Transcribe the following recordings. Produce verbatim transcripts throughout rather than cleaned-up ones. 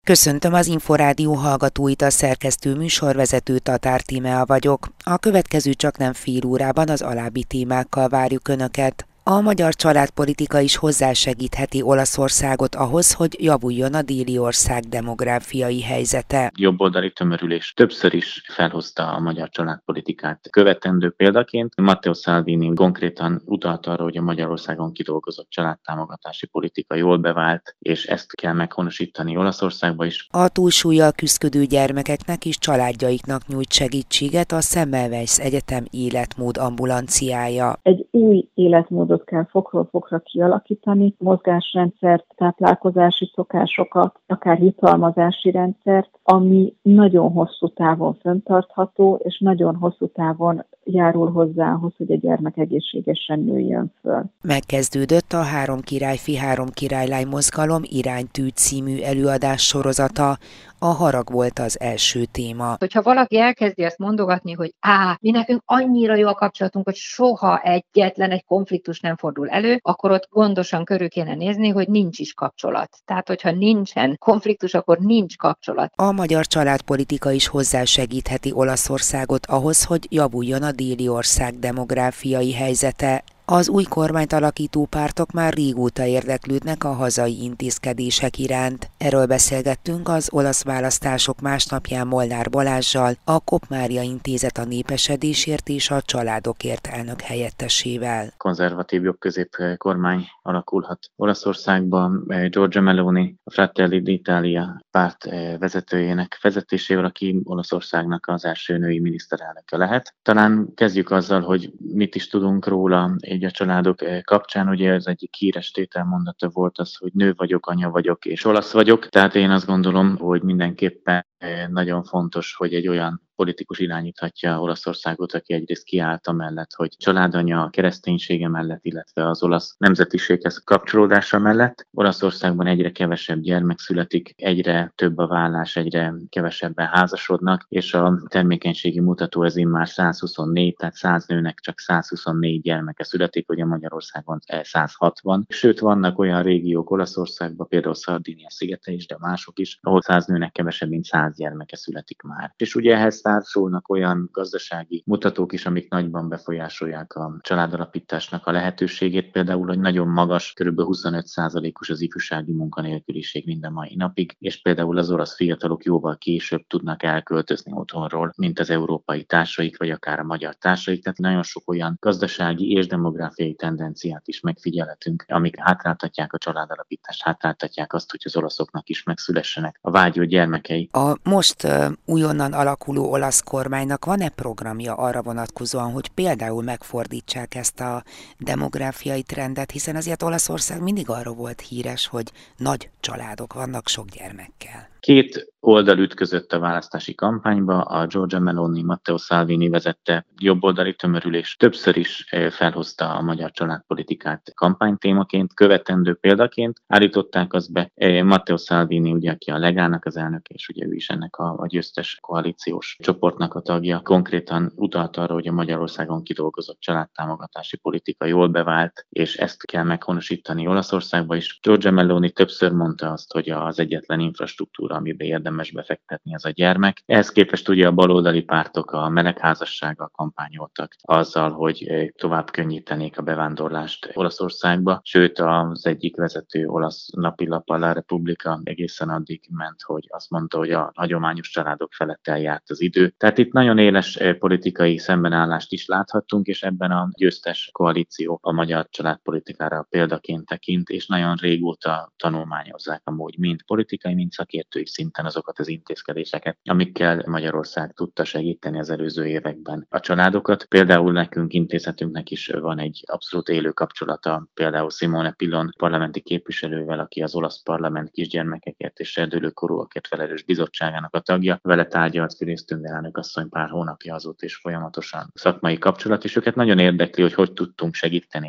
Köszöntöm az Inforádió hallgatóit, a szerkesztő műsorvezető Tatár Tímea vagyok. A következő csaknem fél órában az alábbi témákkal várjuk Önöket. A magyar családpolitika is hozzásegítheti Olaszországot ahhoz, hogy javuljon a déli ország demográfiai helyzete. Jobboldali tömörülés többször is felhozta a magyar családpolitikát követendő példaként. Matteo Salvini konkrétan utalt arra, hogy a Magyarországon kidolgozott családtámogatási politika jól bevált, és ezt kell meghonosítani Olaszországba is. A túlsúllyal küszködő gyermekeknek és családjaiknak nyújt segítséget a Semmelweis Egyetem életmód ambulanciája. Egy új életmódot kell fokról fokra kialakítani, mozgásrendszert, táplálkozási szokásokat, akár jutalmazási rendszert, ami nagyon hosszú távon fenntartható, és nagyon hosszú távon járul hozzá ahhoz, hogy a gyermek egészségesen nőjön föl. Megkezdődött a Három királyfi, Három királylány mozgalom iránytű című előadás sorozata. A harag volt az első téma. Hogyha valaki elkezdi ezt mondogatni, hogy á, mi nekünk annyira jó a kapcsolatunk, hogy soha egyetlen egy konfliktus nem fordul elő, akkor ott gondosan körül kéne nézni, hogy nincs is kapcsolat. Tehát, hogyha nincsen konfliktus, akkor nincs kapcsolat. A magyar családpolitika is hozzásegítheti Olaszországot ahhoz, hogy javuljon a déli ország demográfiai helyzete. Az új kormányt alakító pártok már régóta érdeklődnek a hazai intézkedések iránt. Erről beszélgettünk az olasz választások másnapján Molnár Balázssal, a Kopp Mária Intézet a népesedésért és a családokért elnök helyettesével. Konzervatív jobbközép kormány alakulhat Olaszországban. Giorgia Meloni, a Fratelli d'Italia párt vezetőjének vezetésével, aki Olaszországnak az első női miniszterelnöke lehet. Talán kezdjük azzal, hogy mit is tudunk róla így a családok kapcsán. Ugye az egyik híres tételmondata volt az, hogy nő vagyok, anya vagyok és olasz vagyok. Tehát én azt gondolom, hogy mindenképpen nagyon fontos, hogy egy olyan politikus irányíthatja Olaszországot, aki egyrészt kiállt amellett, hogy családanya a kereszténysége mellett, illetve az olasz nemzetiséghez kapcsolódása mellett. Olaszországban egyre kevesebb gyermek születik, egyre több a vállás, egyre kevesebben házasodnak, és a termékenységi mutató ez immár száz huszonnégy, tehát száz nőnek csak száz huszonnégy gyermeke születik, ugye Magyarországon száz hatvan. Sőt, vannak olyan régiók Olaszországban, például Szardínia szigete is, de mások is, ahol száz nőnek kevesebb, mint száz gyermeke születik már. És ugye ehhez társulnak olyan gazdasági mutatók is, amik nagyban befolyásolják a családalapításnak a lehetőségét, például, hogy nagyon magas, kb. huszonöt százalékos az ifjúsági munkanélküliség minden mai napig, és például az olasz fiatalok jóval később tudnak elköltözni otthonról, mint az európai társaik, vagy akár a magyar társaik. Tehát nagyon sok olyan gazdasági és demográfiai tendenciát is megfigyelhetünk, amik hátráltatják a családalapítást, hátráltatják azt, hogy az olaszoknak is megszülessenek a vágyó gyermekei. A most uh, újonnan alakuló olasz kormánynak van-e programja arra vonatkozóan, hogy például megfordítsák ezt a demográfiai trendet, hiszen azért Olaszország mindig arra volt híres, hogy nagy családok vannak sok gyermekkel. Két oldal ütközött a választási kampányba, a Giorgia Meloni, Matteo Salvini vezette jobboldali tömörülés többször is felhozta a magyar családpolitikát kampánytémaként, követendő példaként állították azt be. Matteo Salvini, ugye, aki a Legának az elnök, és ugye ő is ennek a, a győztes koalíciós csoportnak a tagja, konkrétan utalt arra, hogy a Magyarországon kidolgozott családtámogatási politika jól bevált, és ezt kell meghonosítani Olaszországba is. Giorgia Meloni többször mondta azt, hogy az egyetlen infrastruktúra, amiben érdemes befektetni, az a gyermek. Ehhez képest ugye a baloldali pártok a melegházassággal kampányoltak azzal, hogy tovább könnyítenék a bevándorlást Olaszországba, sőt az egyik vezető olasz napilap, a La Repubblica egészen addig ment, hogy azt mondta, hogy a hagyományos családok felett eljárt az idő. Tehát itt nagyon éles politikai szembenállást is láthattunk, és ebben a győztes koalíció a magyar családpolitikára példaként tekint, és nagyon régóta tanulmányozzák amúgy mind politikai, mind szakértői szinten azokat az intézkedéseket, amikkel Magyarország tudta segíteni az előző években a családokat. Például nekünk, intézetünknek is van egy abszolút élő kapcsolata, például Simone Pillon parlamenti képviselővel, aki az olasz parlament kisgyermekekért és serdülőkorúakért felelős bizottságának a tagja. Vele tárgyalt Fidesz Tünde elnök asszony pár hónapja azóta is folyamatosan szakmai kapcsolat, és őket nagyon érdekli, hogy hogy tudtunk segíteni a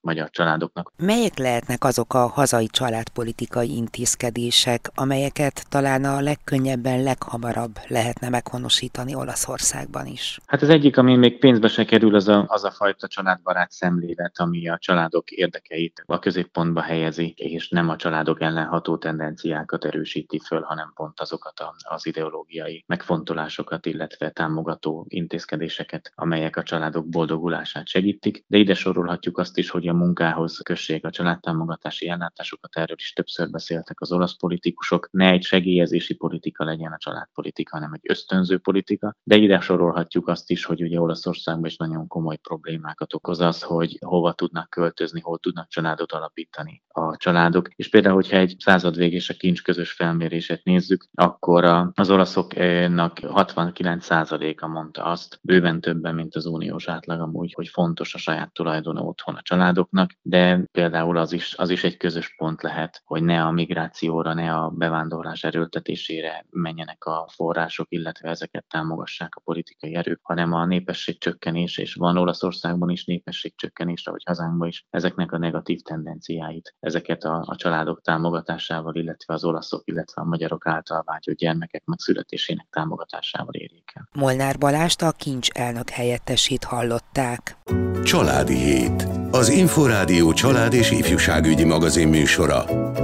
magyar családoknak. Melyek lehetnek azok a hazai családpolitikai intézkedések, amelyeket talán a legkönnyebben, leghamarabb lehetne meghonosítani Olaszországban is? Hát az egyik, ami még pénzbe se kerül, az a, az a fajta családbarát szemlélet, ami a családok érdekeit a középpontba helyezi, és nem a családok ellen ható tendenciákat erősíti föl, hanem pont azokat a, az ideológiai megfontolásokat, illetve támogató intézkedéseket, amelyek a családok boldogulását segítik. De ide sorolhatjuk azt is, hogy a munkához kössék a családtámogatási ellátásokat, erről is többször beszéltek az olasz politikusok. Ne egy segélyezési politika legyen a családpolitika, hanem egy ösztönző politika. De ide sorolhatjuk azt is, hogy ugye Olaszországban is nagyon komoly problémákat okoz az, hogy hova tudnak költözni, hol tudnak családot alapítani a családok. És például, hogyha egy századvég és a kincs közös felmérését nézzük, akkor az olaszoknak hatvankilenc százaléka mondta azt, bőven többen, mint az uniós átlag amúgy, hogy fontos a saját tulajdona otthon a családoknak, de például az is, az is egy közös pont lehet, hogy ne a migrációra, ne a bevándorlás erőltetésére menjenek a források, illetve ezeket támogassák a politikai erők, hanem a népességcsökkenés, és van Olaszországban is népességcsökkenés, ahogy hazánkban is, ezeknek a negatív tendenciáit, ezeket a, a családok támogatásával, illetve az olaszok, illetve a magyarok által vágyott gyermekek megszületésének támogatásával érjék el. Molnár Balást, a Kincs elnök helyettesét hallották. Családi Hét. Az Inforádió család és ifjúságügyi magazin műsora.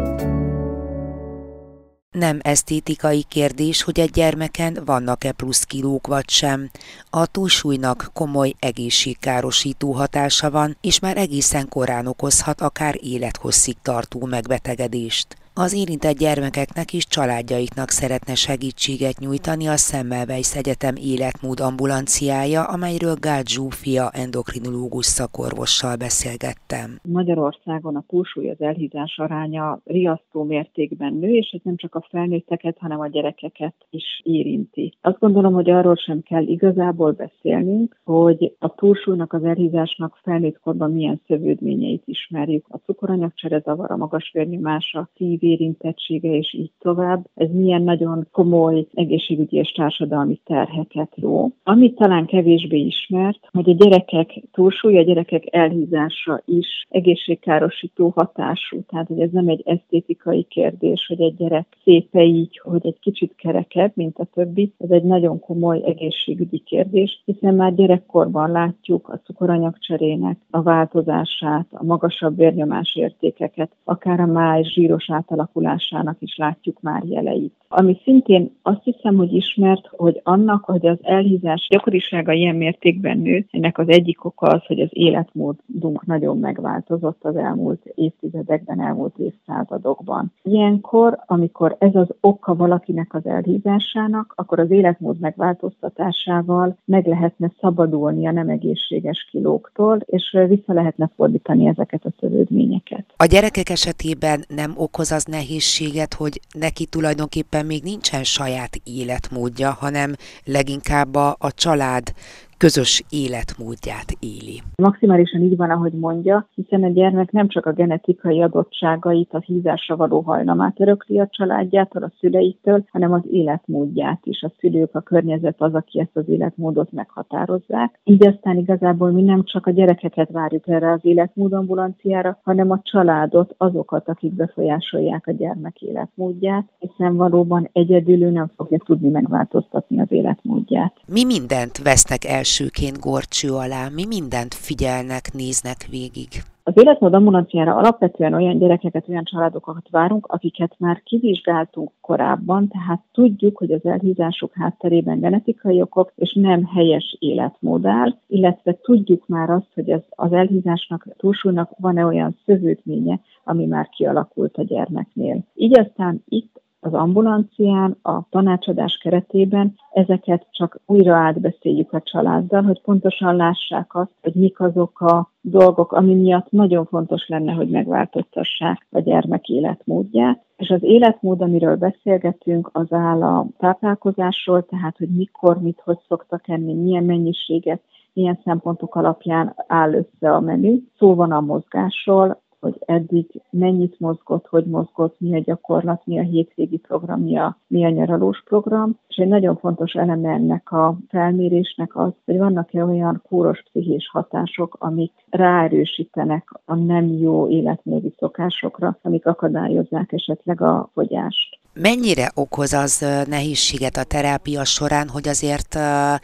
Nem esztétikai kérdés, hogy egy gyermeken vannak-e plusz kilók vagy sem. A túlsúlynak komoly egészségkárosító hatása van, és már egészen korán okozhat akár élethosszig tartó megbetegedést. Az érintett gyermekeknek és családjaiknak szeretne segítséget nyújtani a Semmelweis Egyetem életmód ambulanciája, amelyről Gál Zsófia endokrinológus szakorvossal beszélgettem. Magyarországon a túlsúly, az elhízás aránya riasztó mértékben nő, és ez nem csak a felnőtteket, hanem a gyerekeket is érinti. Azt gondolom, hogy arról sem kell igazából beszélnünk, hogy a túlsúlynak, az elhízásnak felnőtt korban milyen szövődményeit ismerjük. A cukoranyagcserezavar, a magas vérnyomás, a érintettsége és így tovább. Ez milyen nagyon komoly egészségügyi és társadalmi terheket ró. Amit talán kevésbé ismert, hogy a gyerekek túlsúlya, a gyerekek elhízása is egészségkárosító hatású. Tehát, hogy ez nem egy esztétikai kérdés, hogy egy gyerek szépe így, hogy egy kicsit kerekebb, mint a többi. Ez egy nagyon komoly egészségügyi kérdés, hiszen már gyerekkorban látjuk a cukoranyagcserének a változását, a magasabb vérnyomás értékeket, akár a máj zsíros átalakulásának is látjuk már jeleit. Ami szintén azt hiszem, hogy ismert, hogy annak, hogy az elhízás gyakorisága ilyen mértékben nő, ennek az egyik oka az, hogy az életmódunk nagyon megváltozott az elmúlt évtizedekben, elmúlt évszázadokban. Ilyenkor, amikor ez az oka valakinek az elhízásának, akkor az életmód megváltoztatásával meg lehetne szabadulni a nem egészséges kilóktól, és vissza lehetne fordítani ezeket a szövődményeket. A gyerekek esetében nem okoz az nehézséget, hogy neki tulajdonképpen még nincsen saját életmódja, hanem leginkább a, a család közös életmódját éli. Maximálisan így van, ahogy mondja, hiszen a gyermek nem csak a genetikai adottságait, a hízásra való hajlamát örökli a családjától, a szüleitől, hanem az életmódját is. A szülők, a környezet az, aki ezt az életmódot meghatározzák. Így aztán igazából mi nem csak a gyerekeket várjuk erre az életmódambulanciára, hanem a családot, azokat, akik befolyásolják a gyermek életmódját, hiszen valóban egyedül ő nem fogja tudni megváltoztatni az életmódját. Mi mindent vesznek elsőként górcső alá, mi mindent figyelnek, néznek végig? Az életmód ambulanciára alapvetően olyan gyerekeket, olyan családokat várunk, akiket már kivizsgáltunk korábban, tehát tudjuk, hogy az elhízások hátterében genetikai okok és nem helyes életmód áll, illetve tudjuk már azt, hogy az, az elhízásnak, túlsúlynak van-e olyan szövődménye, ami már kialakult a gyermeknél. Így aztán itt az ambulancián, a tanácsadás keretében ezeket csak újra átbeszéljük a családdal, hogy pontosan lássák azt, hogy mik azok a dolgok, ami miatt nagyon fontos lenne, hogy megváltoztassák a gyermek életmódját. És az életmód, amiről beszélgetünk, az áll a táplálkozásról, tehát hogy mikor, mit, hogy szoktak enni, milyen mennyiséget, milyen szempontok alapján áll össze a menü. Szó van a mozgásról, hogy eddig mennyit mozgott, hogy mozgott, mi a gyakorlat, mi a hétvégi program, mi a, mi a nyaralós program. És egy nagyon fontos eleme ennek a felmérésnek az, hogy vannak-e olyan kóros pszichés hatások, amik ráerősítenek a nem jó életmódi szokásokra, amik akadályozzák esetleg a fogyást. Mennyire okoz az nehézséget a terápia során, hogy azért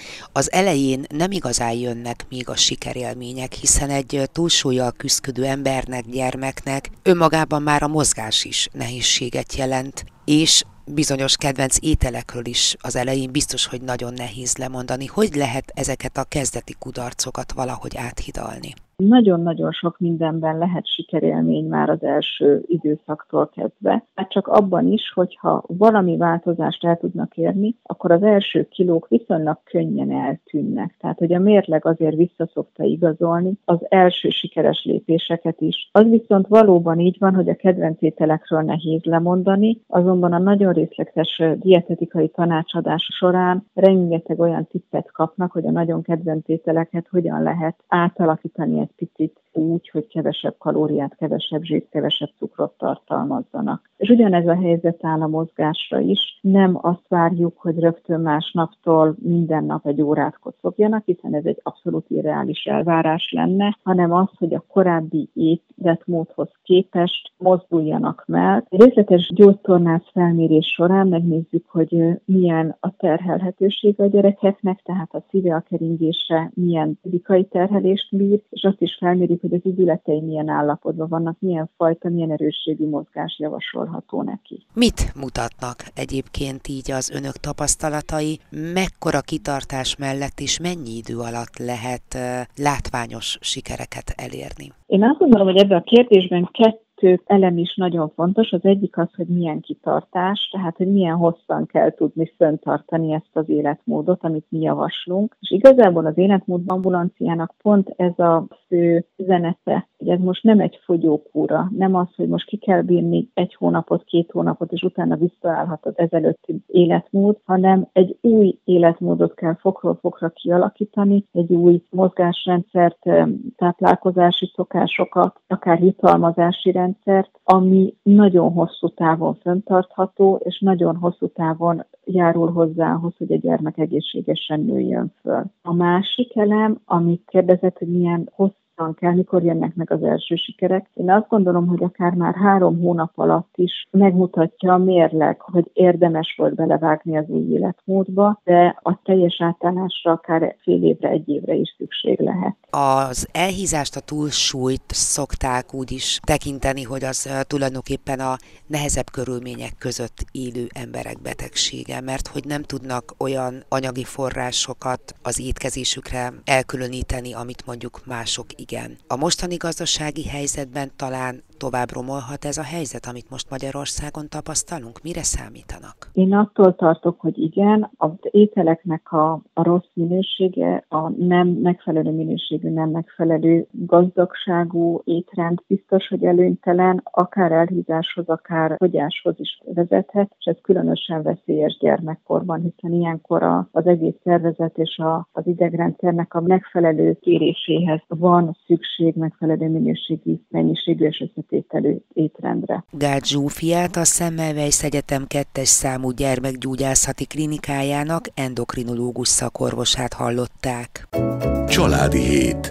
az elején nem igazán jönnek még a sikerélmények, hiszen egy túlsúllyal küszködő embernek, gyermeknek önmagában már a mozgás is nehézséget jelent, és bizonyos kedvenc ételekről is az elején biztos, hogy nagyon nehéz lemondani. Hogy lehet ezeket a kezdeti kudarcokat valahogy áthidalni? Nagyon-nagyon sok mindenben lehet sikerélmény már az első időszaktól kezdve. Hát csak abban is, hogyha valami változást el tudnak érni, akkor az első kilók viszonylag könnyen eltűnnek. Tehát, hogy a mérleg azért visszaszokta igazolni az első sikeres lépéseket is. Az viszont valóban így van, hogy a kedvenc ételekről nehéz lemondani, azonban a nagyon részletes dietetikai tanácsadás során rengeteg olyan tippet kapnak, hogy a nagyon kedvenc ételeket hogyan lehet átalakítani egy picit úgy, hogy kevesebb kalóriát, kevesebb zsírt, kevesebb cukrot tartalmazzanak. És ugyanez a helyzet áll a mozgásra is. Nem azt várjuk, hogy rögtön másnaptól minden nap egy órát kocogjanak, hiszen ez egy abszolút irreális elvárás lenne, hanem az, hogy a korábbi életmódhoz képest mozduljanak meg. Egy részletes gyógytornász felmérés során megnézzük, hogy milyen a terhelhetőség a gyerekeknek, tehát a szíve, a keringése milyen fizikai terhelést bír, és azt is felmérjük, hogy az üdületei milyen állapotban vannak, milyen fajta, milyen erősségű mozgás javasolható neki. Mit mutatnak egyébként így az önök tapasztalatai? Mekkora kitartás mellett és mennyi idő alatt lehet látványos sikereket elérni? Én azt gondolom, hogy ebben a kérdésben kettő Kettő elem is nagyon fontos. Az egyik az, hogy milyen kitartás, tehát hogy milyen hosszan kell tudni fenntartani ezt az életmódot, amit mi javaslunk. És igazából az életmód ambulanciának pont ez a fő üzenete, hogy ez most nem egy fogyókúra, nem az, hogy most ki kell bírni egy hónapot, két hónapot, és utána visszaállhat az ezelőtti életmód, hanem egy új életmódot kell fokról fokra kialakítani, egy új mozgásrendszert, táplálkozási szokásokat, akár jutalmazási rendszert, ami nagyon hosszú távon fenntartható, és nagyon hosszú távon járul hozzá ahhoz, hogy a gyermek egészségesen nőjön föl. A másik elem, amit kérdezett, hogy milyen hosszú kell, mikor jönnek meg az első sikerek. Én azt gondolom, hogy akár már három hónap alatt is megmutatja a mérleg, hogy érdemes volt belevágni az új életmódba, de a teljes átállásra akár fél évre, egy évre is szükség lehet. Az elhízást, a túlsúlyt szokták úgy is tekinteni, hogy az tulajdonképpen a nehezebb körülmények között élő emberek betegsége, mert hogy nem tudnak olyan anyagi forrásokat az étkezésükre elkülöníteni, amit mondjuk mások igen. A mostani gazdasági helyzetben talán tovább romolhat ez a helyzet, amit most Magyarországon tapasztalunk? Mire számítanak? Én attól tartok, hogy igen, az ételeknek a, a rossz minősége, a nem megfelelő minőségű, nem megfelelő gazdagságú étrend biztos, hogy előnytelen, akár elhízáshoz, akár fogyáshoz is vezethet, és ez különösen veszélyes gyermekkorban, hiszen ilyenkor a, az egész szervezet és a, az idegrendszernek a megfelelő kéréséhez van szükség megfelelő minőségű, mennyiségű és összetételű étrendre. Gál Zsófiát, a Semmelweis Egyetem kettes számú gyermekgyógyászati klinikájának endokrinológus szakorvosát hallották. Családi hét.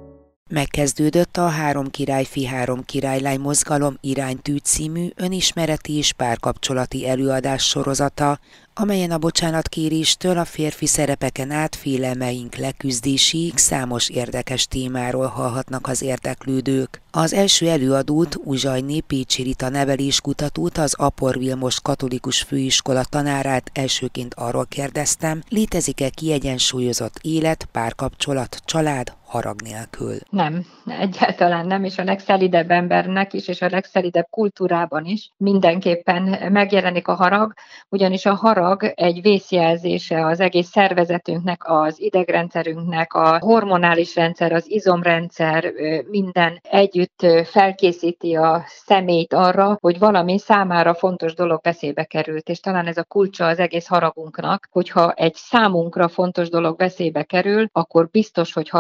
Megkezdődött a Három királyfi, három királylány mozgalom iránytű című önismereti és párkapcsolati előadás sorozata, amelyen a bocsánatkéréstől a férfi szerepeken át félelmeink leküzdéséig számos érdekes témáról hallhatnak az érdeklődők. Az első előadót, Uzsajné Pécsi Rita neveléskutatót, az Apor Vilmos Katolikus Főiskola tanárát elsőként arról kérdeztem, létezik-e kiegyensúlyozott élet, párkapcsolat, család, harag nélkül? Nem, egyáltalán nem, és a legszelidebb embernek is, és a legszelidebb kultúrában is mindenképpen megjelenik a harag, ugyanis a harag egy vészjelzése az egész szervezetünknek, az idegrendszerünknek, a hormonális rendszer, az izomrendszer, minden együtt felkészíti a személyt arra, hogy valami számára fontos dolog veszélybe került, és talán ez a kulcsa az egész haragunknak, hogyha egy számunkra fontos dolog veszélybe kerül, akkor biztos, hogy haragérzés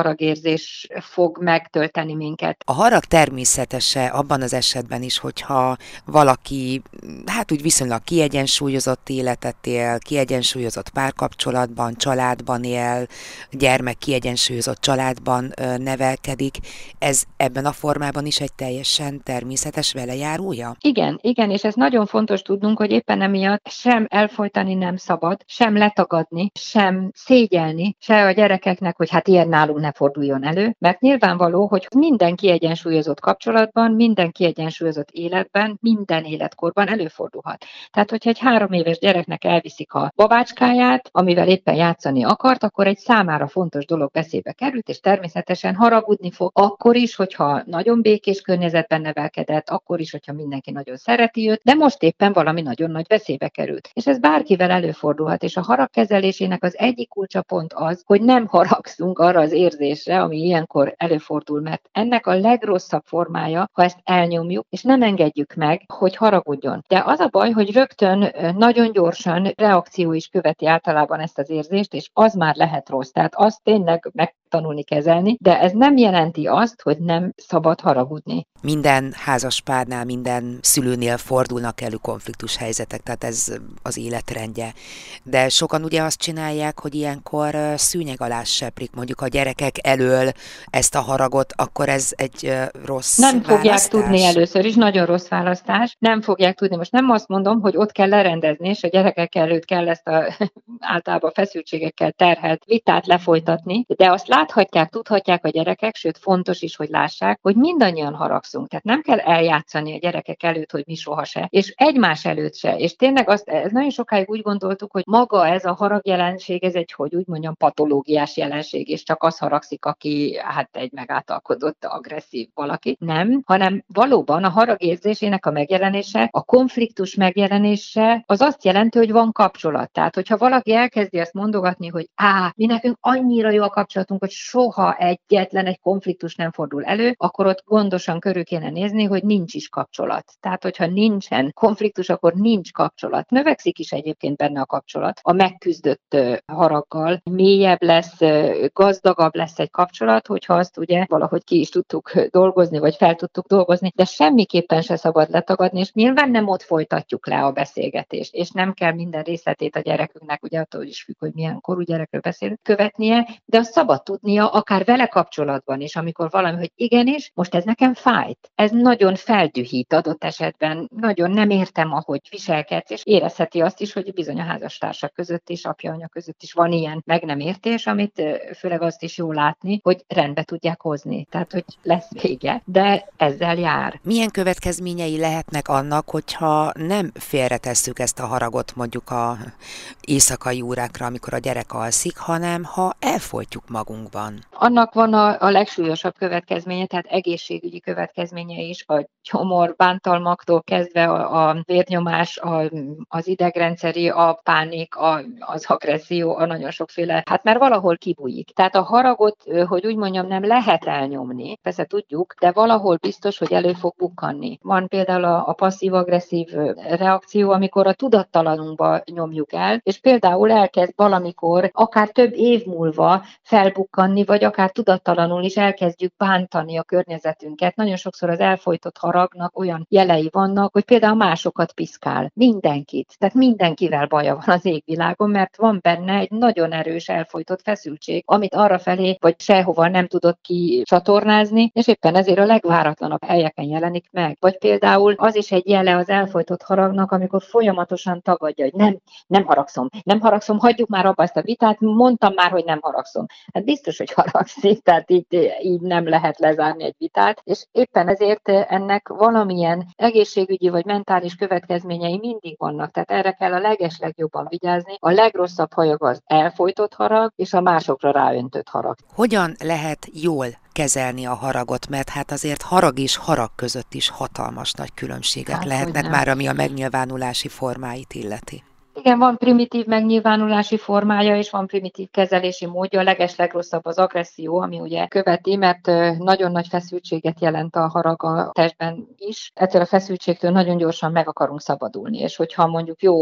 érzés fog megtölteni minket. A harag természetese abban az esetben is, hogyha valaki hát úgy viszonylag kiegyensúlyozott életet él, kiegyensúlyozott párkapcsolatban, családban él, gyermek kiegyensúlyozott családban ö, nevelkedik, ez ebben a formában is egy teljesen természetes velejárója? Igen, igen, és ez nagyon fontos tudnunk, hogy éppen emiatt sem elfojtani nem szabad, sem letagadni, sem szégyelni, se a gyerekeknek, hogy hát ilyen nálunk ne forduljon elő, mert nyilvánvaló, hogy minden kiegyensúlyozott kapcsolatban, minden kiegyensúlyozott életben, minden életkorban előfordulhat. Tehát, hogyha egy három éves gyereknek elviszik a babácskáját, amivel éppen játszani akart, akkor egy számára fontos dolog veszélybe került, és természetesen haragudni fog, akkor is, hogyha nagyon békés környezetben nevelkedett, akkor is, hogyha mindenki nagyon szereti őt, de most éppen valami nagyon nagy veszélybe került. És ez bárkivel előfordulhat, és a harag kezelésének az egyik kulcsa pont az, hogy nem haragszunk arra az érzésre, ami ilyenkor előfordul, mert ennek a legrosszabb formája, ha ezt elnyomjuk, és nem engedjük meg, hogy haragudjon. De az a baj, hogy rögtön nagyon gyorsan reakció is követi általában ezt az érzést, és az már lehet rossz. Tehát azt tényleg meg tanulni kezelni, de ez nem jelenti azt, hogy nem szabad haragudni. Minden házaspárnál, minden szülőnél fordulnak elő konfliktus helyzetek, tehát ez az életrendje. De sokan ugye azt csinálják, hogy ilyenkor szűnyeg alá seprik mondjuk a gyerekek elől ezt a haragot, akkor ez egy rossz Nem fogják választás? tudni először is, nagyon rossz választás, nem fogják tudni. Most nem azt mondom, hogy ott kell lerendezni, és a gyerekek előtt kell ezt a általában feszültségekkel terhelt vitát lefolytatni, de azt láthatják, tudhatják a gyerekek, sőt fontos is, hogy lássák, hogy mindannyian haragszunk. Tehát nem kell eljátszani a gyerekek előtt, hogy mi soha se, és egymás előtt se. És tényleg azt, ez nagyon sokáig úgy gondoltuk, hogy maga ez a harag jelenség, ez egy, hogy úgy mondjam, patológiás jelenség, és csak az haragszik, aki hát egy megáltalkodott, agresszív valaki. Nem, hanem valóban a harag érzésének a megjelenése, a konfliktus megjelenése, az azt jelenti, hogy van kapcsolat. Tehát, hogyha valaki elkezdi ezt mondogatni, hogy á, mi nekünk annyira jó a kapcsolatunk, hogy soha egyetlen egy konfliktus nem fordul elő, akkor ott gondosan körül kéne nézni, hogy nincs is kapcsolat. Tehát, hogyha nincsen konfliktus, akkor nincs kapcsolat. Növekszik is egyébként benne a kapcsolat. A megküzdött haraggal mélyebb lesz, gazdagabb lesz egy kapcsolat, hogyha azt ugye valahogy ki is tudtuk dolgozni, vagy fel tudtuk dolgozni, de semmiképpen se szabad letagadni, és nyilván nem ott folytatjuk le a beszélgetést, és nem kell minden részletét a gyerekünknek, ugye attól is függ, hogy milyen korú gyerekről beszélünk, követnie, de azt szabad tudnia, akár vele kapcsolatban is, amikor valami, hogy igenis, most ez nekem fájt. Ez nagyon feldühít adott esetben, nagyon nem értem, ahogy viselkedsz, és érezheti azt is, hogy bizony a házastársak között és apja-anya között is van ilyen meg nem értés, amit főleg azt is jó látni, hogy rendbe tudják hozni. Tehát, hogy lesz vége, de ezzel jár. Milyen következményei lehetnek annak, hogyha nem félretesszük ezt a haragot mondjuk a éjszakai órákra, amikor a gyerek alszik, hanem ha elfolytjuk magunkban? Annak van a, a legsúlyosabb következménye, tehát egészségügyi következménye is, a gyomor bántalmaktól kezdve a, a vérnyomás, a, az idegrendszeri, a pánik, a, az agresszió, a nagyon sokféle, hát mert valahol kibújik. Tehát a haragot, hogy úgy mondjam, nem lehet elnyomni, persze tudjuk, de valahol biztos, hogy elő fog bukkanni. Van például a, a passzív-agresszív reakció, amikor a tudattalanunkba nyomjuk el, és például elkezd valamikor, akár több év múlva felbukkanni, vagy akár tudattalanul is elkezdjük bántani a környezetünket. Nagyon sokszor az elfojtott haragnak olyan jelei vannak, hogy például másokat piszkál. Mindenkit. Tehát mindenkivel baja van az égvilágon, mert van benne egy nagyon erős elfojtott feszültség, amit arrafelé vagy sehova nem tudott kicsatornázni, és éppen ezért a legváratlanabb helyeken jelenik meg. Vagy például az is egy jele az elfojtott haragnak, amikor folyamatosan tagadja, hogy nem, nem haragszom, nem haragszom, hagyjuk már abba ezt a vitát, mondtam már, hogy nem haragszom. Hát biztos, hogy haragszik, tehát így, így nem lehet lezárni egy vitát, és éppen ezért ennek valamilyen egészségügyi vagy mentális következményei mindig vannak, tehát erre kell a legeslegjobban vigyázni. A legrosszabb harag az elfojtott harag, és a másokra ráöntött harag. Hogyan lehet jól kezelni a haragot, mert hát azért harag és harag között is hatalmas nagy különbségek hát, lehetnek már, ami a megnyilvánulási formáit illeti. Igen, van primitív megnyilvánulási formája, és van primitív kezelési módja. A legeslegrosszabb az agresszió, ami ugye követi, mert nagyon nagy feszültséget jelent a harag a testben is. Ettől a feszültségtől nagyon gyorsan meg akarunk szabadulni, és hogyha mondjuk jó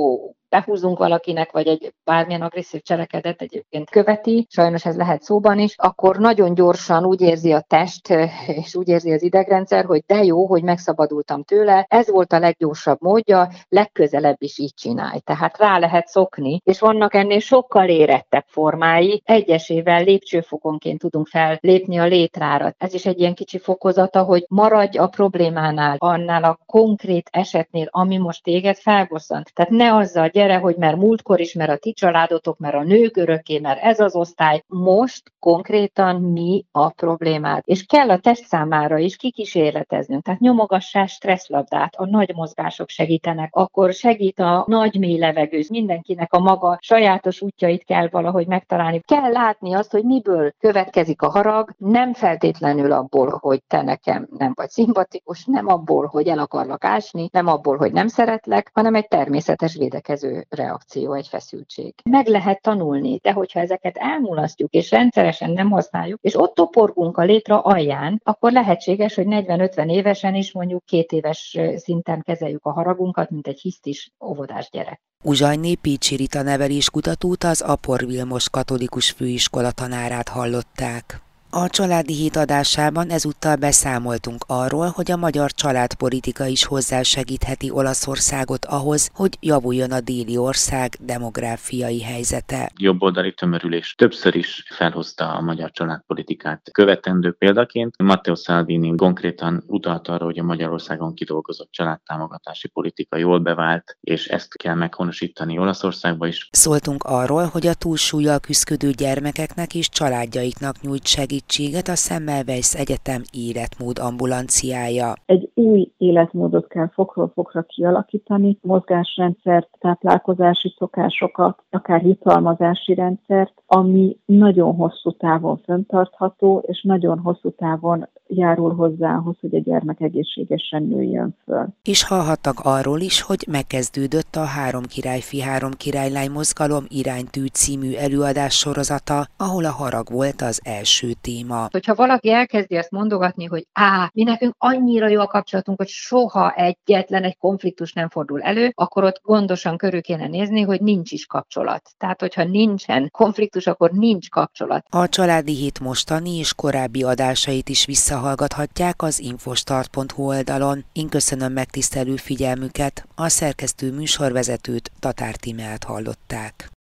behúzunk valakinek, vagy egy bármilyen agresszív cselekedet egyébként követi, sajnos ez lehet szóban is, akkor nagyon gyorsan úgy érzi a test, és úgy érzi az idegrendszer, hogy de jó, hogy megszabadultam tőle, ez volt a leggyorsabb módja, legközelebb is így csinálj. Tehát rá lehet szokni, és vannak ennél sokkal érettebb formái, egyesével lépcsőfokonként tudunk fellépni a létrára. Ez is egy ilyen kicsi fokozata, hogy maradj a problémánál, annál a konkrét esetnél, ami most téged felbosszant. Tehát ne azzal gyere, hogy mert múltkor is, mert a ti családotok, mert a nők örökké, mert ez az osztály. Most konkrétan mi a problémád? És kell a test számára is kikísérleteznünk. Tehát nyomogassás stresszlabdát, a nagy mozgások segítenek, akkor segít a nagy mély levegő. Mindenkinek a maga sajátos útjait kell valahogy megtalálni. Kell látni azt, hogy miből következik a harag, nem feltétlenül abból, hogy te nekem nem vagy szimpatikus, nem abból, hogy el akarlak ásni, nem abból, hogy nem szeretlek, hanem egy természetes védekező reakció, egy feszültség. Meg lehet tanulni, de hogyha ezeket elmulasztjuk, és rendszeresen nem használjuk, és ott toporgunk a létra alján, akkor lehetséges, hogy negyven-ötven évesen is mondjuk két éves szinten kezeljük a haragunkat, mint egy hisztis óvodás gyerek. Uzsajné Pécsi Rita neveléskutatót, az Apor Vilmos Katolikus Főiskola tanárát hallották. A Családi Hét adásában ezúttal beszámoltunk arról, hogy a magyar családpolitika is hozzásegítheti Olaszországot ahhoz, hogy javuljon a déli ország demográfiai helyzete. Jobboldali tömörülés többször is felhozta a magyar családpolitikát követendő példaként. Matteo Salvini konkrétan utalt arra, hogy a Magyarországon kidolgozott családtámogatási politika jól bevált, és ezt kell meghonosítani Olaszországba is. Szóltunk arról, hogy a túlsúllyal küszködő gyermekeknek és családjaiknak nyújt segítséget a Semmelweis Egyetem életmód ambulanciája. Egy új életmódot kell fokról fokra kialakítani, mozgásrendszert, táplálkozási szokásokat, akár jutalmazási rendszert, ami nagyon hosszú távon fenntartható, és nagyon hosszú távon járul hozzá ahhoz, hogy a gyermek egészségesen nőjön föl. És hallhattak arról is, hogy megkezdődött a Három királyfi, három királylány mozgalom iránytű című előadás sorozata, ahol a harag volt az első téma. Hogyha valaki elkezdi azt mondogatni, hogy á, mi nekünk annyira jó a kapcsolatunk, hogy soha egyetlen egy konfliktus nem fordul elő, akkor ott gondosan körül kéne nézni, hogy nincs is kapcsolat. Tehát, hogyha nincsen konfliktus, akkor nincs kapcsolat. A Családi Hét mostani és korábbi adásait is visszahallgathatják az infostart pont hu oldalon. Én köszönöm megtisztelő figyelmüket, a szerkesztő műsorvezetőt, Tatár Tímeát hallották.